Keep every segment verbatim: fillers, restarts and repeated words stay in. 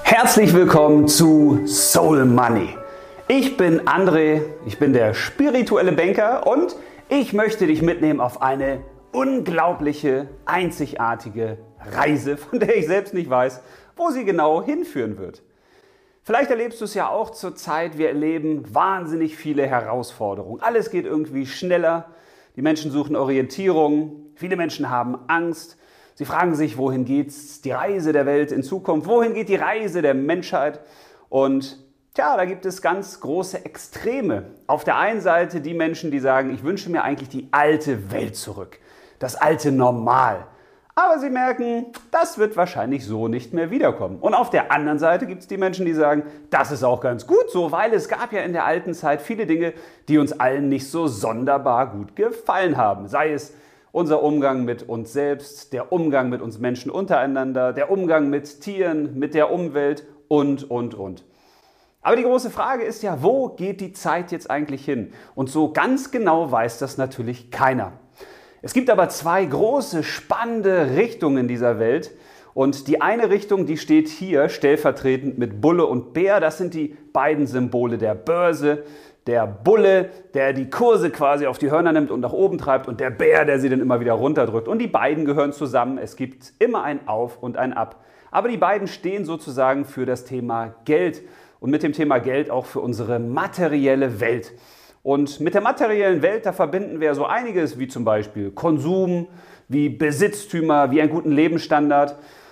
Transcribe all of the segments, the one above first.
Herzlich willkommen zu Soul Money. Ich bin André, ich bin der spirituelle Banker und ich möchte dich mitnehmen auf eine unglaubliche, einzigartige Reise, von der ich selbst nicht weiß, wo sie genau hinführen wird. Vielleicht erlebst du es ja auch zur Zeit, wir erleben wahnsinnig viele Herausforderungen. Alles geht irgendwie schneller, die Menschen suchen Orientierung, viele Menschen haben Angst. Sie fragen sich, wohin geht die Reise der Welt in Zukunft? Wohin geht die Reise der Menschheit? Und tja, da gibt es ganz große Extreme. Auf der einen Seite die Menschen, die sagen, ich wünsche mir eigentlich die alte Welt zurück, das alte Normal. Aber sie merken, das wird wahrscheinlich so nicht mehr wiederkommen. Und auf der anderen Seite gibt es die Menschen, die sagen, das ist auch ganz gut so, weil es gab ja in der alten Zeit viele Dinge, die uns allen nicht so sonderbar gut gefallen haben. Sei es unser Umgang mit uns selbst, der Umgang mit uns Menschen untereinander, der Umgang mit Tieren, mit der Umwelt und, und, und. Aber die große Frage ist ja, wo geht die Zeit jetzt eigentlich hin? Und so ganz genau weiß das natürlich keiner. Es gibt aber zwei große, spannende Richtungen dieser Welt. Und die eine Richtung, die steht hier stellvertretend mit Bulle und Bär. Das sind die beiden Symbole der Börse. Der Bulle, der die Kurse quasi auf die Hörner nimmt und nach oben treibt, und der Bär, der sie dann immer wieder runterdrückt. Und die beiden gehören zusammen. Es gibt immer ein Auf und ein Ab. Aber die beiden stehen sozusagen für das Thema Geld und mit dem Thema Geld auch für unsere materielle Welt. Und mit der materiellen Welt, da verbinden wir so einiges, wie zum Beispiel Konsum, wie Besitztümer, wie einen guten Lebensstandard.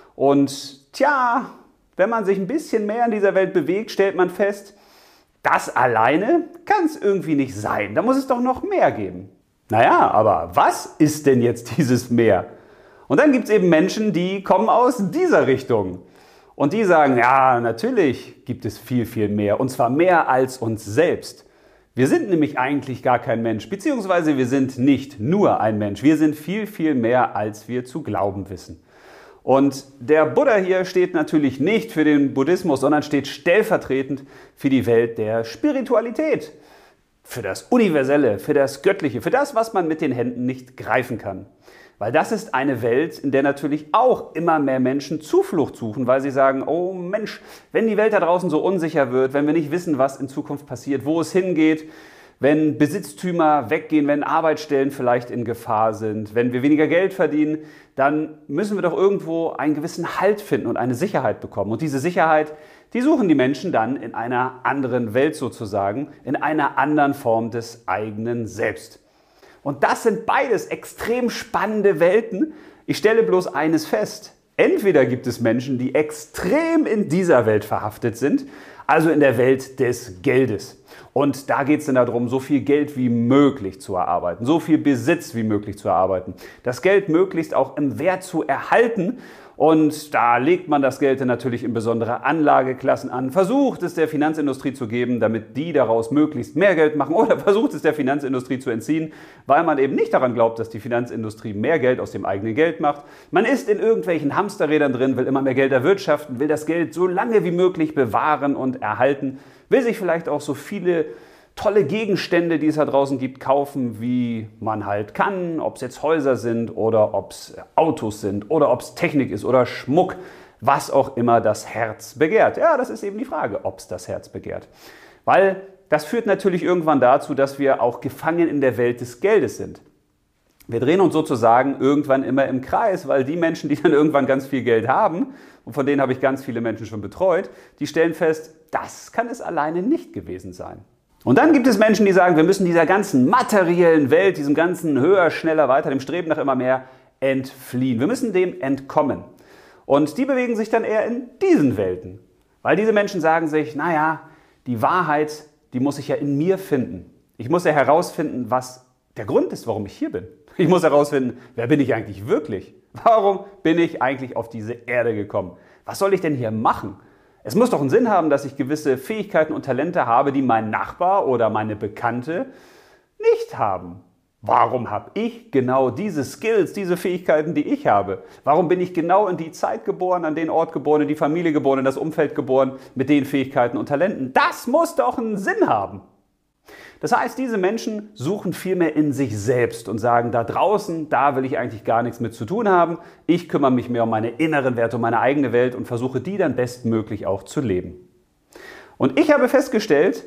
Und tja, wenn man sich ein bisschen mehr in dieser Welt bewegt, stellt man fest, das alleine kann es irgendwie nicht sein. Da muss es doch noch mehr geben. Naja, aber was ist denn jetzt dieses Mehr? Und dann gibt es eben Menschen, die kommen aus dieser Richtung. Und die sagen, ja, natürlich gibt es viel, viel mehr. Und zwar mehr als uns selbst. Wir sind nämlich eigentlich gar kein Mensch. Beziehungsweise wir sind nicht nur ein Mensch. Wir sind viel, viel mehr, als wir zu glauben wissen. Und der Buddha hier steht natürlich nicht für den Buddhismus, sondern steht stellvertretend für die Welt der Spiritualität, für das Universelle, für das Göttliche, für das, was man mit den Händen nicht greifen kann. Weil das ist eine Welt, in der natürlich auch immer mehr Menschen Zuflucht suchen, weil sie sagen, oh Mensch, wenn die Welt da draußen so unsicher wird, wenn wir nicht wissen, was in Zukunft passiert, wo es hingeht, wenn Besitztümer weggehen, wenn Arbeitsstellen vielleicht in Gefahr sind, wenn wir weniger Geld verdienen, dann müssen wir doch irgendwo einen gewissen Halt finden und eine Sicherheit bekommen. Und diese Sicherheit, die suchen die Menschen dann in einer anderen Welt sozusagen, in einer anderen Form des eigenen Selbst. Und das sind beides extrem spannende Welten. Ich stelle bloß eines fest. Entweder gibt es Menschen, die extrem in dieser Welt verhaftet sind, also in der Welt des Geldes. Und da geht es dann darum, so viel Geld wie möglich zu erarbeiten, so viel Besitz wie möglich zu erarbeiten, das Geld möglichst auch im Wert zu erhalten. Und da legt man das Geld dann natürlich in besondere Anlageklassen an, versucht es der Finanzindustrie zu geben, damit die daraus möglichst mehr Geld machen, oder versucht es der Finanzindustrie zu entziehen, weil man eben nicht daran glaubt, dass die Finanzindustrie mehr Geld aus dem eigenen Geld macht. Man ist in irgendwelchen Hamsterrädern drin, will immer mehr Geld erwirtschaften, will das Geld so lange wie möglich bewahren und erhalten, will sich vielleicht auch so viele tolle Gegenstände, die es da draußen gibt, kaufen, wie man halt kann, ob es jetzt Häuser sind oder ob es Autos sind oder ob es Technik ist oder Schmuck, was auch immer das Herz begehrt. Ja, das ist eben die Frage, ob es das Herz begehrt. Weil das führt natürlich irgendwann dazu, dass wir auch gefangen in der Welt des Geldes sind. Wir drehen uns sozusagen irgendwann immer im Kreis, weil die Menschen, die dann irgendwann ganz viel Geld haben, und von denen habe ich ganz viele Menschen schon betreut, die stellen fest, das kann es alleine nicht gewesen sein. Und dann gibt es Menschen, die sagen, wir müssen dieser ganzen materiellen Welt, diesem ganzen höher, schneller, weiter, dem Streben nach immer mehr entfliehen. Wir müssen dem entkommen. Und die bewegen sich dann eher in diesen Welten. Weil diese Menschen sagen sich, naja, die Wahrheit, die muss ich ja in mir finden. Ich muss ja herausfinden, was der Grund ist, warum ich hier bin. Ich muss herausfinden, wer bin ich eigentlich wirklich? Warum bin ich eigentlich auf diese Erde gekommen? Was soll ich denn hier machen? Es muss doch einen Sinn haben, dass ich gewisse Fähigkeiten und Talente habe, die mein Nachbar oder meine Bekannte nicht haben. Warum habe ich genau diese Skills, diese Fähigkeiten, die ich habe? Warum bin ich genau in die Zeit geboren, an den Ort geboren, in die Familie geboren, in das Umfeld geboren, mit den Fähigkeiten und Talenten? Das muss doch einen Sinn haben. Das heißt, diese Menschen suchen vielmehr in sich selbst und sagen, da draußen, da will ich eigentlich gar nichts mit zu tun haben. Ich kümmere mich mehr um meine inneren Werte, um meine eigene Welt und versuche die dann bestmöglich auch zu leben. Und ich habe festgestellt,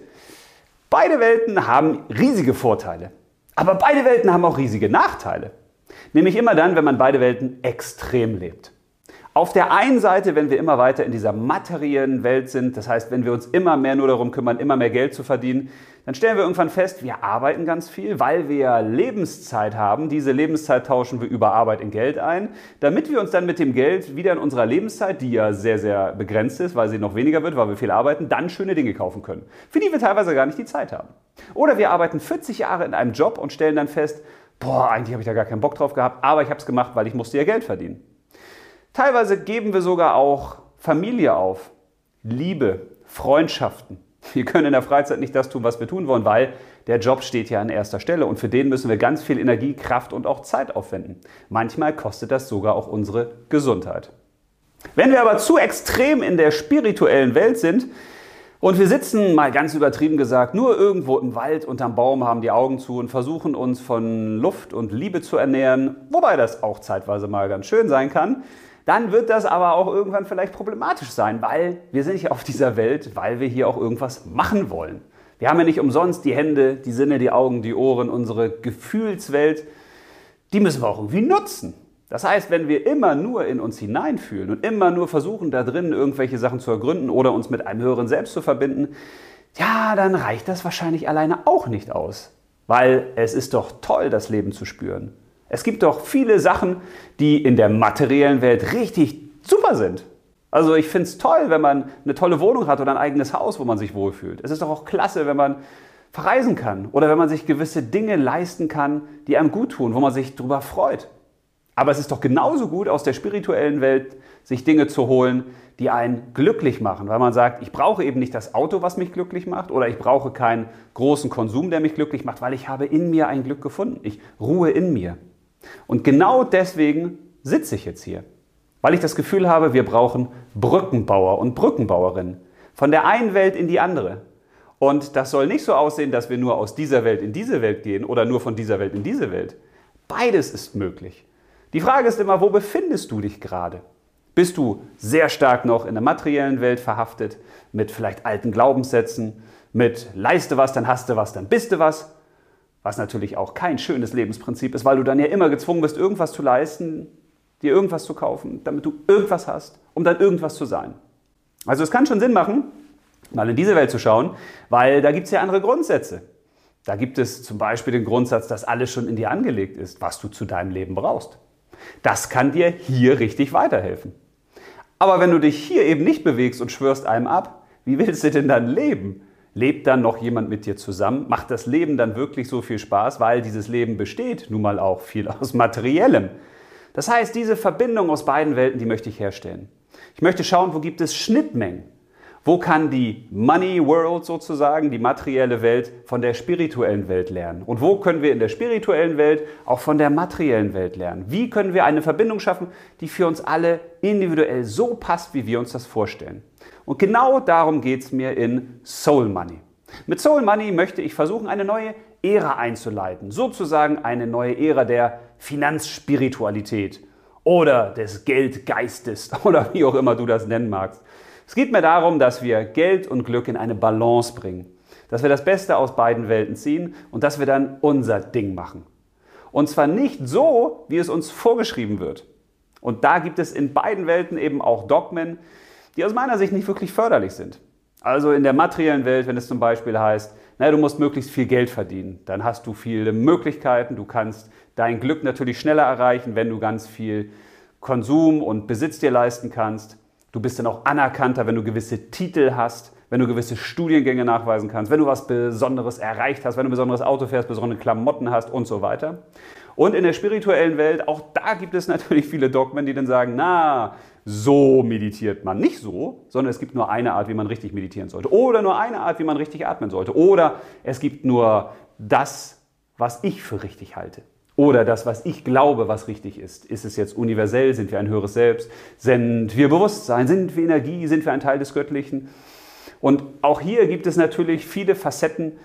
beide Welten haben riesige Vorteile, aber beide Welten haben auch riesige Nachteile. Nämlich immer dann, wenn man beide Welten extrem lebt. Auf der einen Seite, wenn wir immer weiter in dieser materiellen Welt sind, das heißt, wenn wir uns immer mehr nur darum kümmern, immer mehr Geld zu verdienen, dann stellen wir irgendwann fest, wir arbeiten ganz viel, weil wir Lebenszeit haben. Diese Lebenszeit tauschen wir über Arbeit in Geld ein, damit wir uns dann mit dem Geld wieder in unserer Lebenszeit, die ja sehr, sehr begrenzt ist, weil sie noch weniger wird, weil wir viel arbeiten, dann schöne Dinge kaufen können, für die wir teilweise gar nicht die Zeit haben. Oder wir arbeiten vierzig Jahre in einem Job und stellen dann fest, boah, eigentlich habe ich da gar keinen Bock drauf gehabt, aber ich habe es gemacht, weil ich musste ja Geld verdienen. Teilweise geben wir sogar auch Familie auf, Liebe, Freundschaften. Wir können in der Freizeit nicht das tun, was wir tun wollen, weil der Job steht ja an erster Stelle und für den müssen wir ganz viel Energie, Kraft und auch Zeit aufwenden. Manchmal kostet das sogar auch unsere Gesundheit. Wenn wir aber zu extrem in der spirituellen Welt sind und wir sitzen, mal ganz übertrieben gesagt, nur irgendwo im Wald unterm Baum, haben die Augen zu und versuchen uns von Luft und Liebe zu ernähren, wobei das auch zeitweise mal ganz schön sein kann, dann wird das aber auch irgendwann vielleicht problematisch sein, weil wir sind ja auf dieser Welt, weil wir hier auch irgendwas machen wollen. Wir haben ja nicht umsonst die Hände, die Sinne, die Augen, die Ohren, unsere Gefühlswelt, die müssen wir auch irgendwie nutzen. Das heißt, wenn wir immer nur in uns hineinfühlen und immer nur versuchen, da drinnen irgendwelche Sachen zu ergründen oder uns mit einem höheren Selbst zu verbinden, ja, dann reicht das wahrscheinlich alleine auch nicht aus. Weil es ist doch toll, das Leben zu spüren. Es gibt doch viele Sachen, die in der materiellen Welt richtig super sind. Also ich finde es toll, wenn man eine tolle Wohnung hat oder ein eigenes Haus, wo man sich wohlfühlt. Es ist doch auch klasse, wenn man verreisen kann oder wenn man sich gewisse Dinge leisten kann, die einem gut tun, wo man sich darüber freut. Aber es ist doch genauso gut, aus der spirituellen Welt sich Dinge zu holen, die einen glücklich machen. Weil man sagt, ich brauche eben nicht das Auto, was mich glücklich macht, oder ich brauche keinen großen Konsum, der mich glücklich macht, weil ich habe in mir ein Glück gefunden. Ich ruhe in mir. Und genau deswegen sitze ich jetzt hier. Weil ich das Gefühl habe, wir brauchen Brückenbauer und Brückenbauerinnen. Von der einen Welt in die andere. Und das soll nicht so aussehen, dass wir nur aus dieser Welt in diese Welt gehen oder nur von dieser Welt in diese Welt. Beides ist möglich. Die Frage ist immer, wo befindest du dich gerade? Bist du sehr stark noch in der materiellen Welt verhaftet, mit vielleicht alten Glaubenssätzen, mit leiste was, dann hast du was, dann bist du was? Was natürlich auch kein schönes Lebensprinzip ist, weil du dann ja immer gezwungen bist, irgendwas zu leisten, dir irgendwas zu kaufen, damit du irgendwas hast, um dann irgendwas zu sein. Also es kann schon Sinn machen, mal in diese Welt zu schauen, weil da gibt es ja andere Grundsätze. Da gibt es zum Beispiel den Grundsatz, dass alles schon in dir angelegt ist, was du zu deinem Leben brauchst. Das kann dir hier richtig weiterhelfen. Aber wenn du dich hier eben nicht bewegst und schwörst einem ab, wie willst du denn dann leben? Lebt dann noch jemand mit dir zusammen? Macht das Leben dann wirklich so viel Spaß? Weil dieses Leben besteht nun mal auch viel aus Materiellem. Das heißt, diese Verbindung aus beiden Welten, die möchte ich herstellen. Ich möchte schauen, wo gibt es Schnittmengen? Wo kann die Money World sozusagen, die materielle Welt, von der spirituellen Welt lernen? Und wo können wir in der spirituellen Welt auch von der materiellen Welt lernen? Wie können wir eine Verbindung schaffen, die für uns alle individuell so passt, wie wir uns das vorstellen? Und genau darum geht es mir in Soul Money. Mit Soul Money möchte ich versuchen, eine neue Ära einzuleiten. Sozusagen eine neue Ära der Finanzspiritualität oder des Geldgeistes oder wie auch immer du das nennen magst. Es geht mir darum, dass wir Geld und Glück in eine Balance bringen. Dass wir das Beste aus beiden Welten ziehen und dass wir dann unser Ding machen. Und zwar nicht so, wie es uns vorgeschrieben wird. Und da gibt es in beiden Welten eben auch Dogmen, die aus meiner Sicht nicht wirklich förderlich sind. Also in der materiellen Welt, wenn es zum Beispiel heißt, na, du musst möglichst viel Geld verdienen, dann hast du viele Möglichkeiten, du kannst dein Glück natürlich schneller erreichen, wenn du ganz viel Konsum und Besitz dir leisten kannst. Du bist dann auch anerkannter, wenn du gewisse Titel hast, wenn du gewisse Studiengänge nachweisen kannst, wenn du was Besonderes erreicht hast, wenn du ein besonderes Auto fährst, besondere Klamotten hast und so weiter. Und in der spirituellen Welt, auch da gibt es natürlich viele Dogmen, die dann sagen, na, so meditiert man. Nicht so, sondern es gibt nur eine Art, wie man richtig meditieren sollte. Oder nur eine Art, wie man richtig atmen sollte. Oder es gibt nur das, was ich für richtig halte. Oder das, was ich glaube, was richtig ist. Ist es jetzt universell? Sind wir ein höheres Selbst? Sind wir Bewusstsein? Sind wir Energie? Sind wir ein Teil des Göttlichen? Und auch hier gibt es natürlich viele Facetten,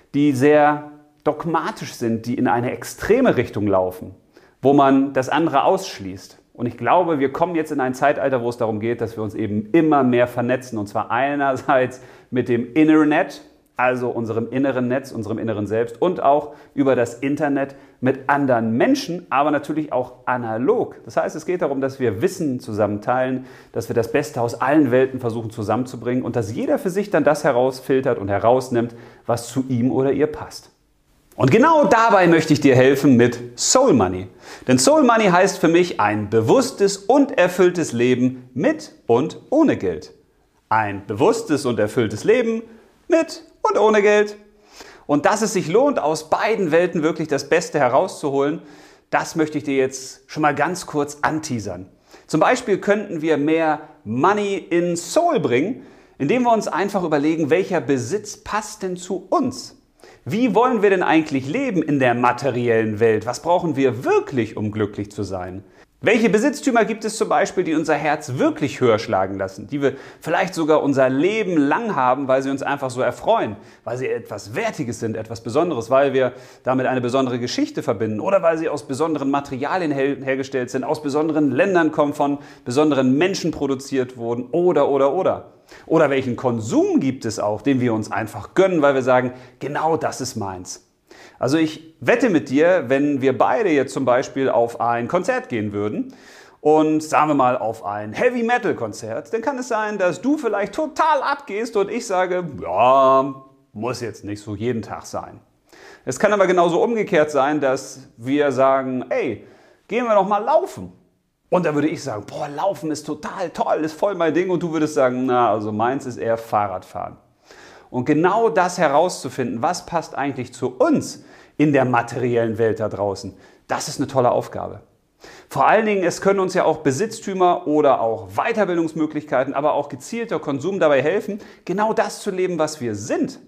die sehr dogmatisch sind, die in eine extreme Richtung laufen, wo man das andere ausschließt. Und ich glaube, wir kommen jetzt in ein Zeitalter, wo es darum geht, dass wir uns eben immer mehr vernetzen. Und zwar einerseits mit dem Internet, also unserem inneren Netz, unserem inneren Selbst, und auch über das Internet mit anderen Menschen, aber natürlich auch analog. Das heißt, es geht darum, dass wir Wissen zusammen teilen, dass wir das Beste aus allen Welten versuchen zusammenzubringen und dass jeder für sich dann das herausfiltert und herausnimmt, was zu ihm oder ihr passt. Und genau dabei möchte ich dir helfen mit Soul Money. Denn Soul Money heißt für mich ein bewusstes und erfülltes Leben mit und ohne Geld. Ein bewusstes und erfülltes Leben mit und ohne Geld. Und dass es sich lohnt, aus beiden Welten wirklich das Beste herauszuholen, das möchte ich dir jetzt schon mal ganz kurz anteasern. Zum Beispiel könnten wir mehr Money in Soul bringen, indem wir uns einfach überlegen, welcher Besitz passt denn zu uns? Wie wollen wir denn eigentlich leben in der materiellen Welt? Was brauchen wir wirklich, um glücklich zu sein? Welche Besitztümer gibt es zum Beispiel, die unser Herz wirklich höher schlagen lassen, die wir vielleicht sogar unser Leben lang haben, weil sie uns einfach so erfreuen, weil sie etwas Wertiges sind, etwas Besonderes, weil wir damit eine besondere Geschichte verbinden oder weil sie aus besonderen Materialien her hergestellt sind, aus besonderen Ländern kommen, von besonderen Menschen produziert wurden oder, oder, oder. Oder welchen Konsum gibt es auch, den wir uns einfach gönnen, weil wir sagen, genau das ist meins. Also ich wette mit dir, wenn wir beide jetzt zum Beispiel auf ein Konzert gehen würden und sagen wir mal auf ein Heavy-Metal-Konzert, dann kann es sein, dass du vielleicht total abgehst und ich sage, ja, muss jetzt nicht so jeden Tag sein. Es kann aber genauso umgekehrt sein, dass wir sagen, ey, gehen wir doch mal laufen. Und da würde ich sagen, boah, Laufen ist total toll, ist voll mein Ding. Und du würdest sagen, na, also meins ist eher Fahrradfahren. Und genau das herauszufinden, was passt eigentlich zu uns in der materiellen Welt da draußen, das ist eine tolle Aufgabe. Vor allen Dingen, es können uns ja auch Besitztümer oder auch Weiterbildungsmöglichkeiten, aber auch gezielter Konsum dabei helfen, genau das zu leben, was wir sind.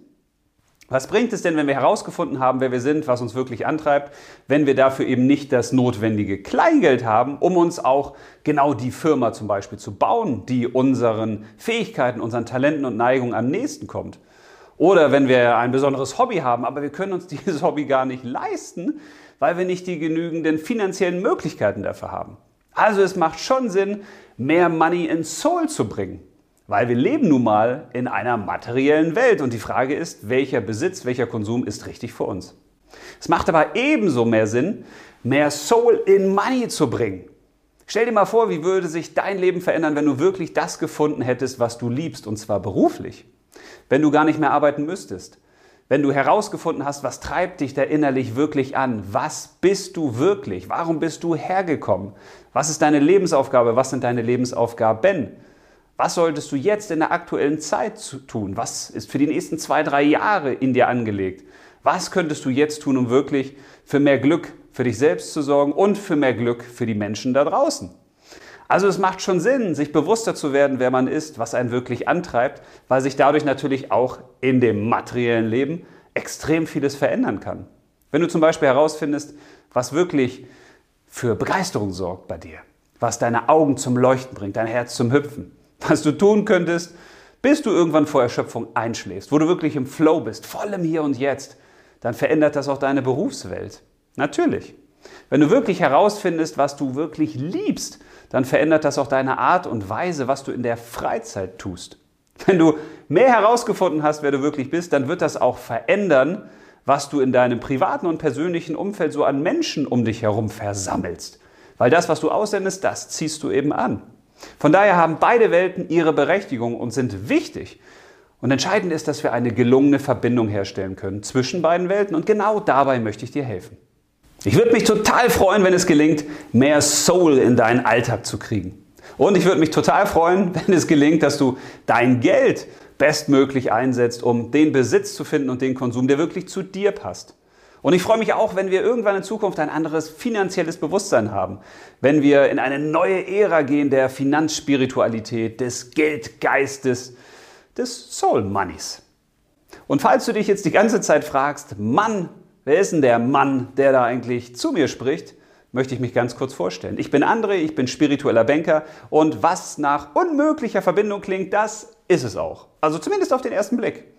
Was bringt es denn, wenn wir herausgefunden haben, wer wir sind, was uns wirklich antreibt, wenn wir dafür eben nicht das notwendige Kleingeld haben, um uns auch genau die Firma zum Beispiel zu bauen, die unseren Fähigkeiten, unseren Talenten und Neigungen am nächsten kommt? Oder wenn wir ein besonderes Hobby haben, aber wir können uns dieses Hobby gar nicht leisten, weil wir nicht die genügenden finanziellen Möglichkeiten dafür haben. Also es macht schon Sinn, mehr Money in Soul zu bringen. Weil wir leben nun mal in einer materiellen Welt und die Frage ist, welcher Besitz, welcher Konsum ist richtig für uns. Es macht aber ebenso mehr Sinn, mehr Soul in Money zu bringen. Stell dir mal vor, wie würde sich dein Leben verändern, wenn du wirklich das gefunden hättest, was du liebst, und zwar beruflich. Wenn du gar nicht mehr arbeiten müsstest. Wenn du herausgefunden hast, was treibt dich da innerlich wirklich an? Was bist du wirklich? Warum bist du hergekommen? Was ist deine Lebensaufgabe? Was sind deine Lebensaufgaben? Was solltest du jetzt in der aktuellen Zeit tun? Was ist für die nächsten zwei, drei Jahre in dir angelegt? Was könntest du jetzt tun, um wirklich für mehr Glück für dich selbst zu sorgen und für mehr Glück für die Menschen da draußen? Also es macht schon Sinn, sich bewusster zu werden, wer man ist, was einen wirklich antreibt, weil sich dadurch natürlich auch in dem materiellen Leben extrem vieles verändern kann. Wenn du zum Beispiel herausfindest, was wirklich für Begeisterung sorgt bei dir, was deine Augen zum Leuchten bringt, dein Herz zum Hüpfen, was du tun könntest, bis du irgendwann vor Erschöpfung einschläfst, wo du wirklich im Flow bist, voll im Hier und Jetzt, dann verändert das auch deine Berufswelt. Natürlich. Wenn du wirklich herausfindest, was du wirklich liebst, dann verändert das auch deine Art und Weise, was du in der Freizeit tust. Wenn du mehr herausgefunden hast, wer du wirklich bist, dann wird das auch verändern, was du in deinem privaten und persönlichen Umfeld so an Menschen um dich herum versammelst. Weil das, was du aussendest, das ziehst du eben an. Von daher haben beide Welten ihre Berechtigung und sind wichtig. Und entscheidend ist, dass wir eine gelungene Verbindung herstellen können zwischen beiden Welten. Und genau dabei möchte ich dir helfen. Ich würde mich total freuen, wenn es gelingt, mehr Soul in deinen Alltag zu kriegen. Und ich würde mich total freuen, wenn es gelingt, dass du dein Geld bestmöglich einsetzt, um den Besitz zu finden und den Konsum, der wirklich zu dir passt. Und ich freue mich auch, wenn wir irgendwann in Zukunft ein anderes finanzielles Bewusstsein haben. Wenn wir in eine neue Ära gehen der Finanzspiritualität, des Geldgeistes, des Soul Moneys. Und falls du dich jetzt die ganze Zeit fragst, Mann, wer ist denn der Mann, der da eigentlich zu mir spricht, möchte ich mich ganz kurz vorstellen. Ich bin André, ich bin spiritueller Banker und was nach unmöglicher Verbindung klingt, das ist es auch. Also zumindest auf den ersten Blick.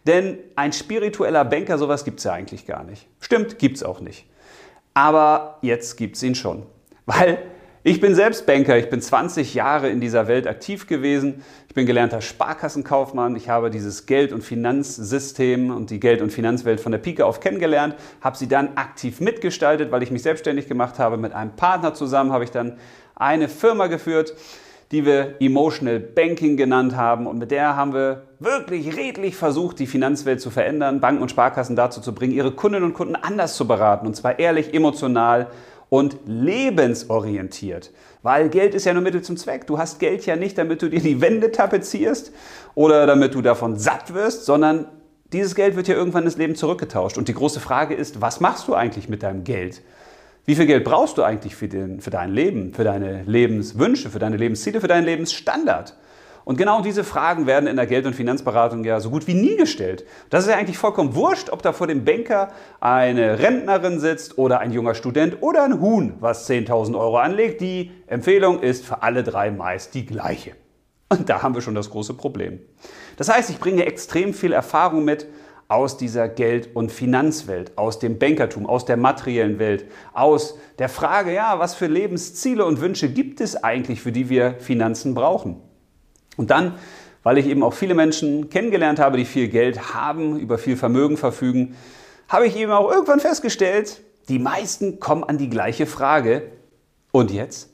Denn ein spiritueller Banker, sowas gibt es ja eigentlich gar nicht. Stimmt, gibt es auch nicht. Aber jetzt gibt es ihn schon. Weil ich bin selbst Banker, ich bin zwanzig Jahre in dieser Welt aktiv gewesen. Ich bin gelernter Sparkassenkaufmann. Ich habe dieses Geld- und Finanzsystem und die Geld- und Finanzwelt von der Pike auf kennengelernt, habe sie dann aktiv mitgestaltet, weil ich mich selbstständig gemacht habe. Mit einem Partner zusammen habe ich dann eine Firma geführt, die wir Emotional Banking genannt haben. Und mit der haben wir wirklich redlich versucht, die Finanzwelt zu verändern, Banken und Sparkassen dazu zu bringen, ihre Kundinnen und Kunden anders zu beraten. Und zwar ehrlich, emotional und lebensorientiert. Weil Geld ist ja nur Mittel zum Zweck. Du hast Geld ja nicht, damit du dir die Wände tapezierst oder damit du davon satt wirst, sondern dieses Geld wird ja irgendwann ins Leben zurückgetauscht. Und die große Frage ist, was machst du eigentlich mit deinem Geld? Wie viel Geld brauchst du eigentlich für, den, für dein Leben, für deine Lebenswünsche, für deine Lebensziele, für deinen Lebensstandard? Und genau diese Fragen werden in der Geld- und Finanzberatung ja so gut wie nie gestellt. Das ist ja eigentlich vollkommen wurscht, ob da vor dem Banker eine Rentnerin sitzt oder ein junger Student oder ein Huhn, was zehntausend Euro anlegt. Die Empfehlung ist für alle drei meist die gleiche. Und da haben wir schon das große Problem. Das heißt, ich bringe extrem viel Erfahrung mit aus dieser Geld- und Finanzwelt, aus dem Bankertum, aus der materiellen Welt, aus der Frage, ja, was für Lebensziele und Wünsche gibt es eigentlich, für die wir Finanzen brauchen? Und dann, weil ich eben auch viele Menschen kennengelernt habe, die viel Geld haben, über viel Vermögen verfügen, habe ich eben auch irgendwann festgestellt, die meisten kommen an die gleiche Frage. Und jetzt?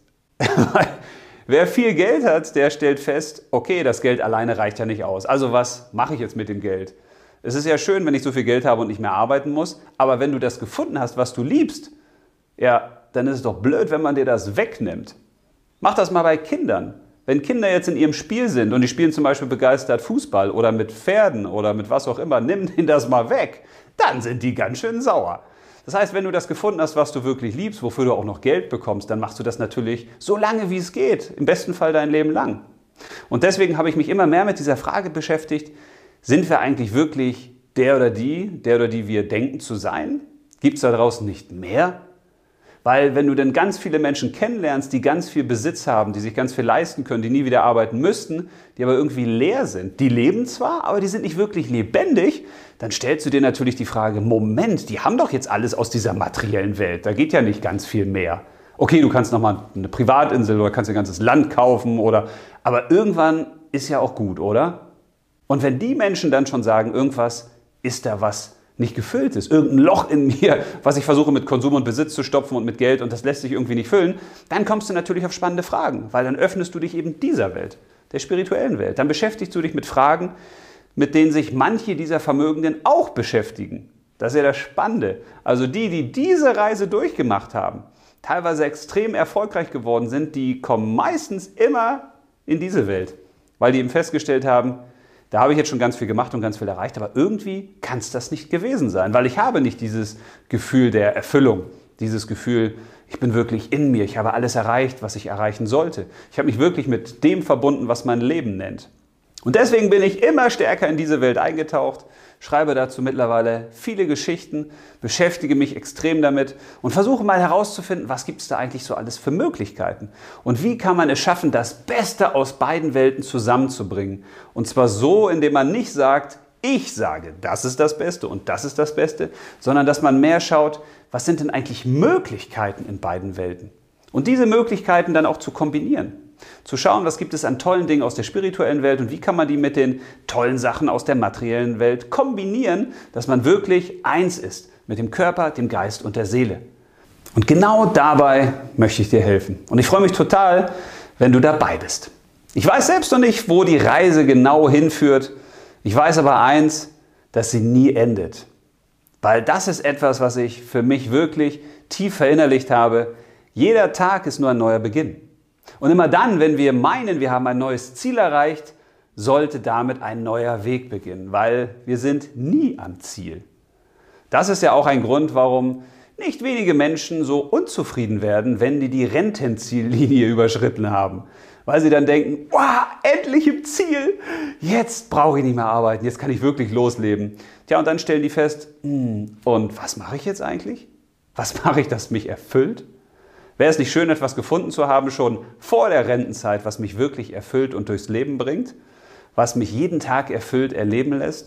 Wer viel Geld hat, der stellt fest, okay, das Geld alleine reicht ja nicht aus. Also was mache ich jetzt mit dem Geld? Es ist ja schön, wenn ich so viel Geld habe und nicht mehr arbeiten muss, aber wenn du das gefunden hast, was du liebst, ja, dann ist es doch blöd, wenn man dir das wegnimmt. Mach das mal bei Kindern. Wenn Kinder jetzt in ihrem Spiel sind und die spielen zum Beispiel begeistert Fußball oder mit Pferden oder mit was auch immer, nimm denen das mal weg, dann sind die ganz schön sauer. Das heißt, wenn du das gefunden hast, was du wirklich liebst, wofür du auch noch Geld bekommst, dann machst du das natürlich so lange, wie es geht, im besten Fall dein Leben lang. Und deswegen habe ich mich immer mehr mit dieser Frage beschäftigt, sind wir eigentlich wirklich der oder die, der oder die wir denken zu sein? Gibt es da draußen nicht mehr? Weil wenn du dann ganz viele Menschen kennenlernst, die ganz viel Besitz haben, die sich ganz viel leisten können, die nie wieder arbeiten müssten, die aber irgendwie leer sind, die leben zwar, aber die sind nicht wirklich lebendig, dann stellst du dir natürlich die Frage, Moment, die haben doch jetzt alles aus dieser materiellen Welt, da geht ja nicht ganz viel mehr. Okay, du kannst nochmal eine Privatinsel oder kannst ein ganzes Land kaufen, oder, aber irgendwann ist ja auch gut, oder? Und wenn die Menschen dann schon sagen, irgendwas ist da was nicht gefüllt ist, irgendein Loch in mir, was ich versuche mit Konsum und Besitz zu stopfen und mit Geld und das lässt sich irgendwie nicht füllen, dann kommst du natürlich auf spannende Fragen, weil dann öffnest du dich eben dieser Welt, der spirituellen Welt. Dann beschäftigst du dich mit Fragen, mit denen sich manche dieser Vermögenden auch beschäftigen. Das ist ja das Spannende. Also die, die diese Reise durchgemacht haben, teilweise extrem erfolgreich geworden sind, die kommen meistens immer in diese Welt, weil die eben festgestellt haben, da habe ich jetzt schon ganz viel gemacht und ganz viel erreicht, aber irgendwie kann es das nicht gewesen sein, weil ich habe nicht dieses Gefühl der Erfüllung, dieses Gefühl, ich bin wirklich in mir, ich habe alles erreicht, was ich erreichen sollte. Ich habe mich wirklich mit dem verbunden, was mein Leben nennt. Und deswegen bin ich immer stärker in diese Welt eingetaucht, schreibe dazu mittlerweile viele Geschichten, beschäftige mich extrem damit und versuche mal herauszufinden, was gibt es da eigentlich so alles für Möglichkeiten und wie kann man es schaffen, das Beste aus beiden Welten zusammenzubringen. Und zwar so, indem man nicht sagt, ich sage, das ist das Beste und das ist das Beste, sondern dass man mehr schaut, was sind denn eigentlich Möglichkeiten in beiden Welten und diese Möglichkeiten dann auch zu kombinieren. Zu schauen, was gibt es an tollen Dingen aus der spirituellen Welt und wie kann man die mit den tollen Sachen aus der materiellen Welt kombinieren, dass man wirklich eins ist mit dem Körper, dem Geist und der Seele. Und genau dabei möchte ich dir helfen. Und ich freue mich total, wenn du dabei bist. Ich weiß selbst noch nicht, wo die Reise genau hinführt. Ich weiß aber eins, dass sie nie endet. Weil das ist etwas, was ich für mich wirklich tief verinnerlicht habe. Jeder Tag ist nur ein neuer Beginn. Und immer dann, wenn wir meinen, wir haben ein neues Ziel erreicht, sollte damit ein neuer Weg beginnen, weil wir sind nie am Ziel. Das ist ja auch ein Grund, warum nicht wenige Menschen so unzufrieden werden, wenn die die Rentenziellinie überschritten haben. Weil sie dann denken, wow, endlich im Ziel, jetzt brauche ich nicht mehr arbeiten, jetzt kann ich wirklich losleben. Tja, und dann stellen die fest, hm, und was mache ich jetzt eigentlich? Was mache ich, das mich erfüllt? Wäre es nicht schön, etwas gefunden zu haben, schon vor der Rentenzeit, was mich wirklich erfüllt und durchs Leben bringt, was mich jeden Tag erfüllt erleben lässt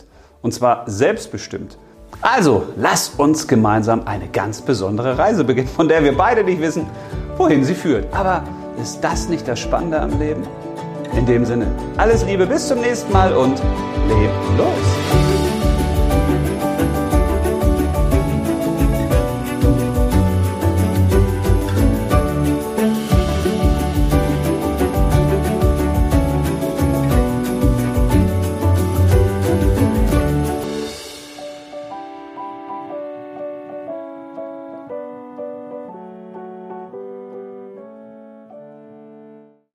Und zwar selbstbestimmt. Also, lass uns gemeinsam eine ganz besondere Reise beginnen, von der wir beide nicht wissen, wohin sie führt. Aber ist das nicht das Spannende am Leben? In dem Sinne, alles Liebe, bis zum nächsten Mal und leb los!